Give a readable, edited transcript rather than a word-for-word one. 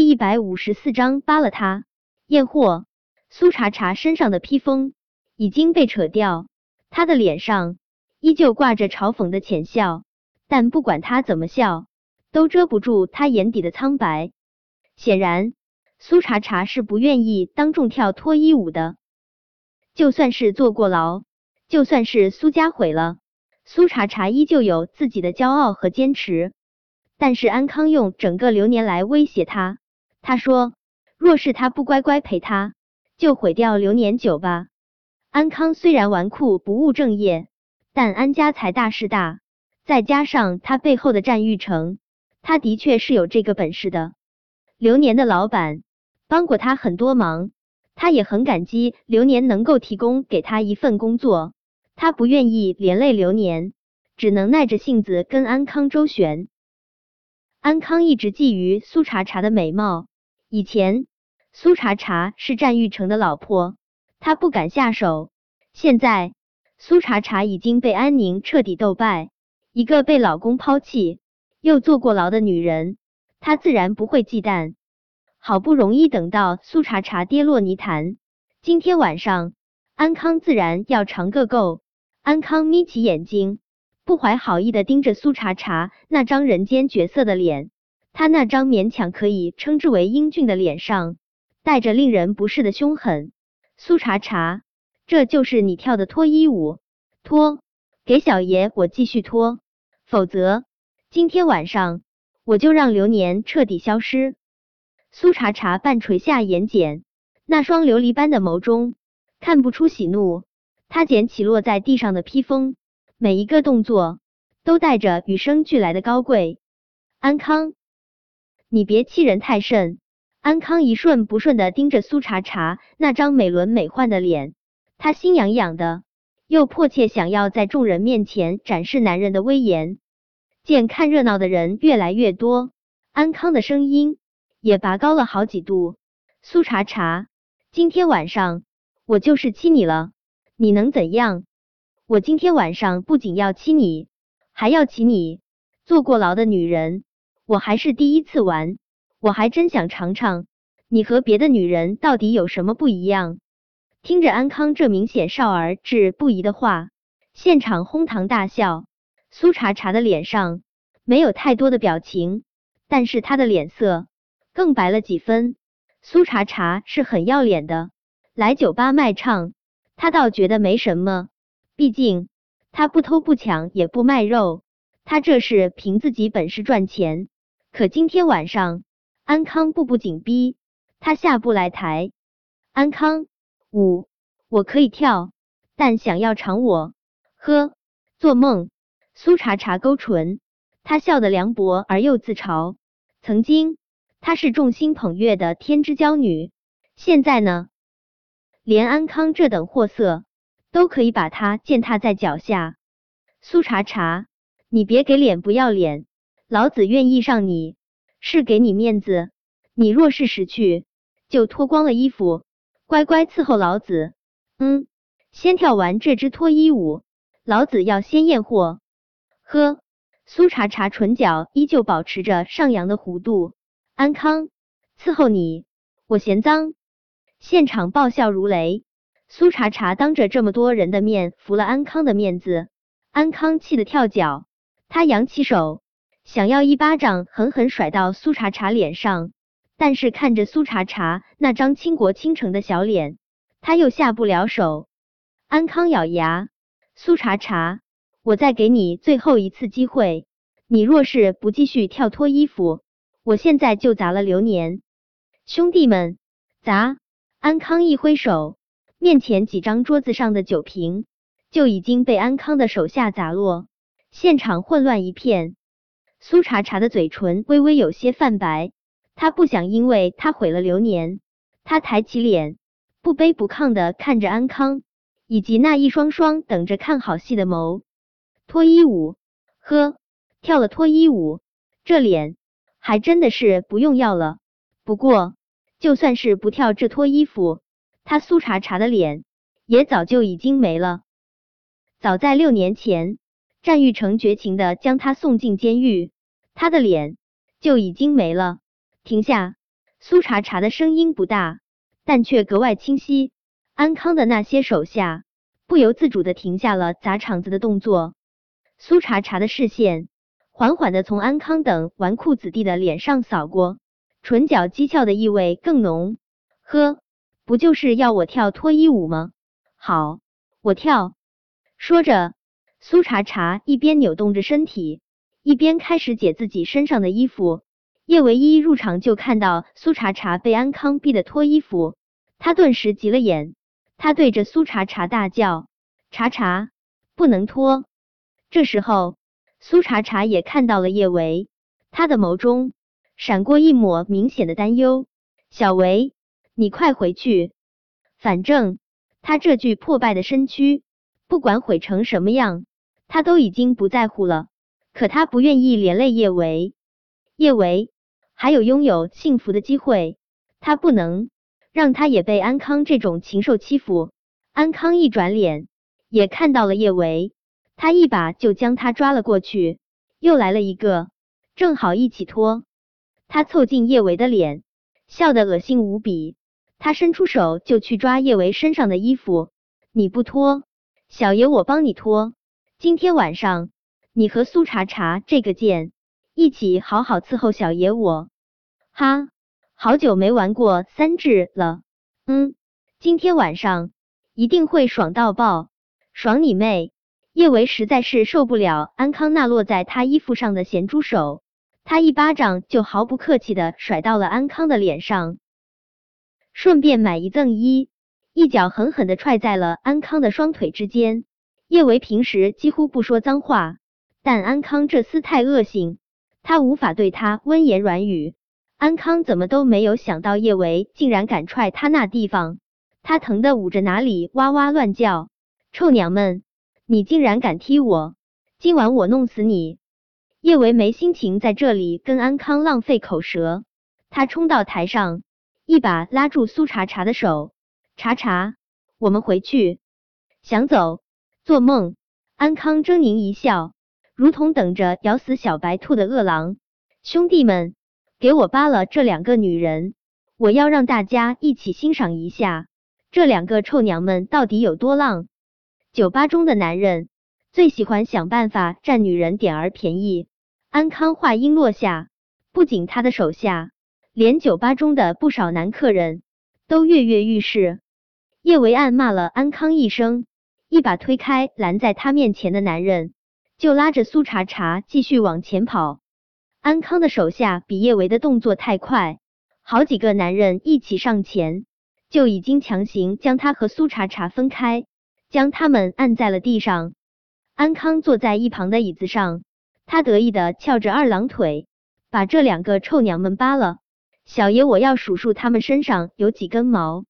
154章扒了他。验货，苏茶茶身上的披风已经被扯掉，他的脸上依旧挂着嘲讽的浅笑，但不管他怎么笑，都遮不住他眼底的苍白。显然，苏茶茶是不愿意当众跳脱衣舞的。就算是坐过牢，就算是苏家毁了，苏茶茶依旧有自己的骄傲和坚持。但是安康用整个流年来威胁他，他说若是他不乖乖陪他，就毁掉流年酒吧。安康虽然纨绔不务正业，但安家财大势大，再加上他背后的战玉成，他的确是有这个本事的。流年的老板帮过他很多忙，他也很感激流年能够提供给他一份工作，他不愿意连累流年，只能耐着性子跟安康周旋。安康一直觊觎苏茶茶的美貌，以前苏茶茶是战玉成的老婆，他不敢下手。现在苏茶茶已经被安宁彻底斗败，一个被老公抛弃又坐过牢的女人，他自然不会忌惮。好不容易等到苏茶茶跌落泥潭，今天晚上安康自然要尝个够。安康眯起眼睛，不怀好意的盯着苏茶茶那张人间绝色的脸，他那张勉强可以称之为英俊的脸上带着令人不适的凶狠。苏茶茶，这就是你跳的脱衣舞？脱，给小爷我继续脱，否则今天晚上我就让流年彻底消失。苏茶茶半垂下眼睑，那双琉璃般的眸中看不出喜怒，他捡起落在地上的披风，每一个动作都带着与生俱来的高贵。安康，你别欺人太甚。安康一瞬不瞬地盯着苏茶茶那张美轮美奂的脸，他心痒痒的，又迫切想要在众人面前展示男人的威严。见看热闹的人越来越多，安康的声音也拔高了好几度。苏茶茶，今天晚上我就是欺你了，你能怎样？我今天晚上不仅要欺你，还要骑你。坐过牢的女人，我还是第一次玩，我还真想尝尝你和别的女人到底有什么不一样。听着安康这明显少儿志不宜的话，现场哄堂大笑。苏茶茶的脸上没有太多的表情，但是她的脸色更白了几分。苏茶茶是很要脸的，来酒吧卖唱，她倒觉得没什么，毕竟她不偷不抢也不卖肉，她这是凭自己本事赚钱。可今天晚上安康步步紧逼，他下不来台。安康，舞我可以跳，但想要尝我，呵，做梦。苏茶茶勾唇，她笑得凉薄而又自嘲。曾经她是众星捧月的天之娇女，现在呢，连安康这等货色都可以把她践踏在脚下。苏茶茶，你别给脸不要脸，老子愿意上你是给你面子，你若是识趣，就脱光了衣服，乖乖伺候老子。先跳完这支脱衣舞，老子要先验货。呵，苏茶茶唇角依旧保持着上扬的弧度。安康，伺候你，我嫌脏。现场爆笑如雷。苏茶茶当着这么多人的面服了安康的面子，安康气得跳脚，他扬起手想要一巴掌狠狠甩到苏茶茶脸上，但是看着苏茶茶那张倾国倾城的小脸，他又下不了手。安康咬牙，苏茶茶，我再给你最后一次机会，你若是不继续跳脱衣服，我现在就砸了流年。兄弟们，砸！安康一挥手，面前几张桌子上的酒瓶就已经被安康的手下砸落，现场混乱一片。苏茶茶的嘴唇微微有些泛白，他不想因为他毁了流年。他抬起脸，不卑不亢地看着安康以及那一双双等着看好戏的眸。脱衣舞，呵，跳了脱衣舞，这脸还真的是不用要了。不过就算是不跳这脱衣服，他苏茶茶的脸也早就已经没了。早在6年前，战玉成绝情的将他送进监狱，他的脸就已经没了。停下！ 苏茶茶的声音不大，但却格外清晰。安康的那些手下不由自主地停下了砸场子的动作。苏茶茶的视线缓缓地从安康等纨绔子弟的脸上扫过，唇角讥诮的意味更浓。呵，不就是要我跳脱衣舞吗？好，我跳。说着，苏茶茶一边扭动着身体，一边开始解自己身上的衣服。叶维一入场就看到苏茶茶被安康逼得脱衣服，他顿时急了眼，他对着苏茶茶大叫：茶茶，不能脱！这时候，苏茶茶也看到了叶维，他的眸中闪过一抹明显的担忧。小维，你快回去，反正他这具破败的身躯，不管毁成什么样，他都已经不在乎了。可他不愿意连累叶维，叶维还有拥有幸福的机会，他不能让他也被安康这种禽兽欺负。安康一转脸，也看到了叶维，他一把就将他抓了过去。又来了一个，正好一起脱。他凑近叶维的脸，笑得恶心无比。他伸出手就去抓叶维身上的衣服。你不脱，小爷我帮你脱。今天晚上，你和苏茶茶这个贱一起好好伺候小爷我。哈，好久没玩过三智了。今天晚上一定会爽到爆。爽你妹！叶维实在是受不了安康那落在他衣服上的咸猪手，他一巴掌就毫不客气的甩到了安康的脸上，顺便买一赠一，一脚狠狠的踹在了安康的双腿之间。叶维平时几乎不说脏话，但安康这厮太恶性，他无法对他温言软语。安康怎么都没有想到叶维竟然敢踹他那地方，他疼得捂着哪里哇哇乱叫。臭娘们，你竟然敢踢我，今晚我弄死你！叶维没心情在这里跟安康浪费口舌，他冲到台上，一把拉住苏茶茶的手。茶茶，我们回去。想走？做梦！安康狰狞一笑，如同等着咬死小白兔的饿狼。兄弟们，给我扒了这两个女人，我要让大家一起欣赏一下这两个臭娘们到底有多浪。酒吧中的男人最喜欢想办法占女人点儿便宜。安康话音落下，不仅他的手下，连酒吧中的不少男客人都跃跃欲试。叶维暗骂了安康一声，一把推开拦在他面前的男人，就拉着苏茶茶继续往前跑。安康的手下比叶维的动作太快，好几个男人一起上前，就已经强行将他和苏茶茶分开，将他们按在了地上。安康坐在一旁的椅子上，他得意的翘着二郎腿，把这两个臭娘们扒了。小爷我要数数他们身上有几根毛。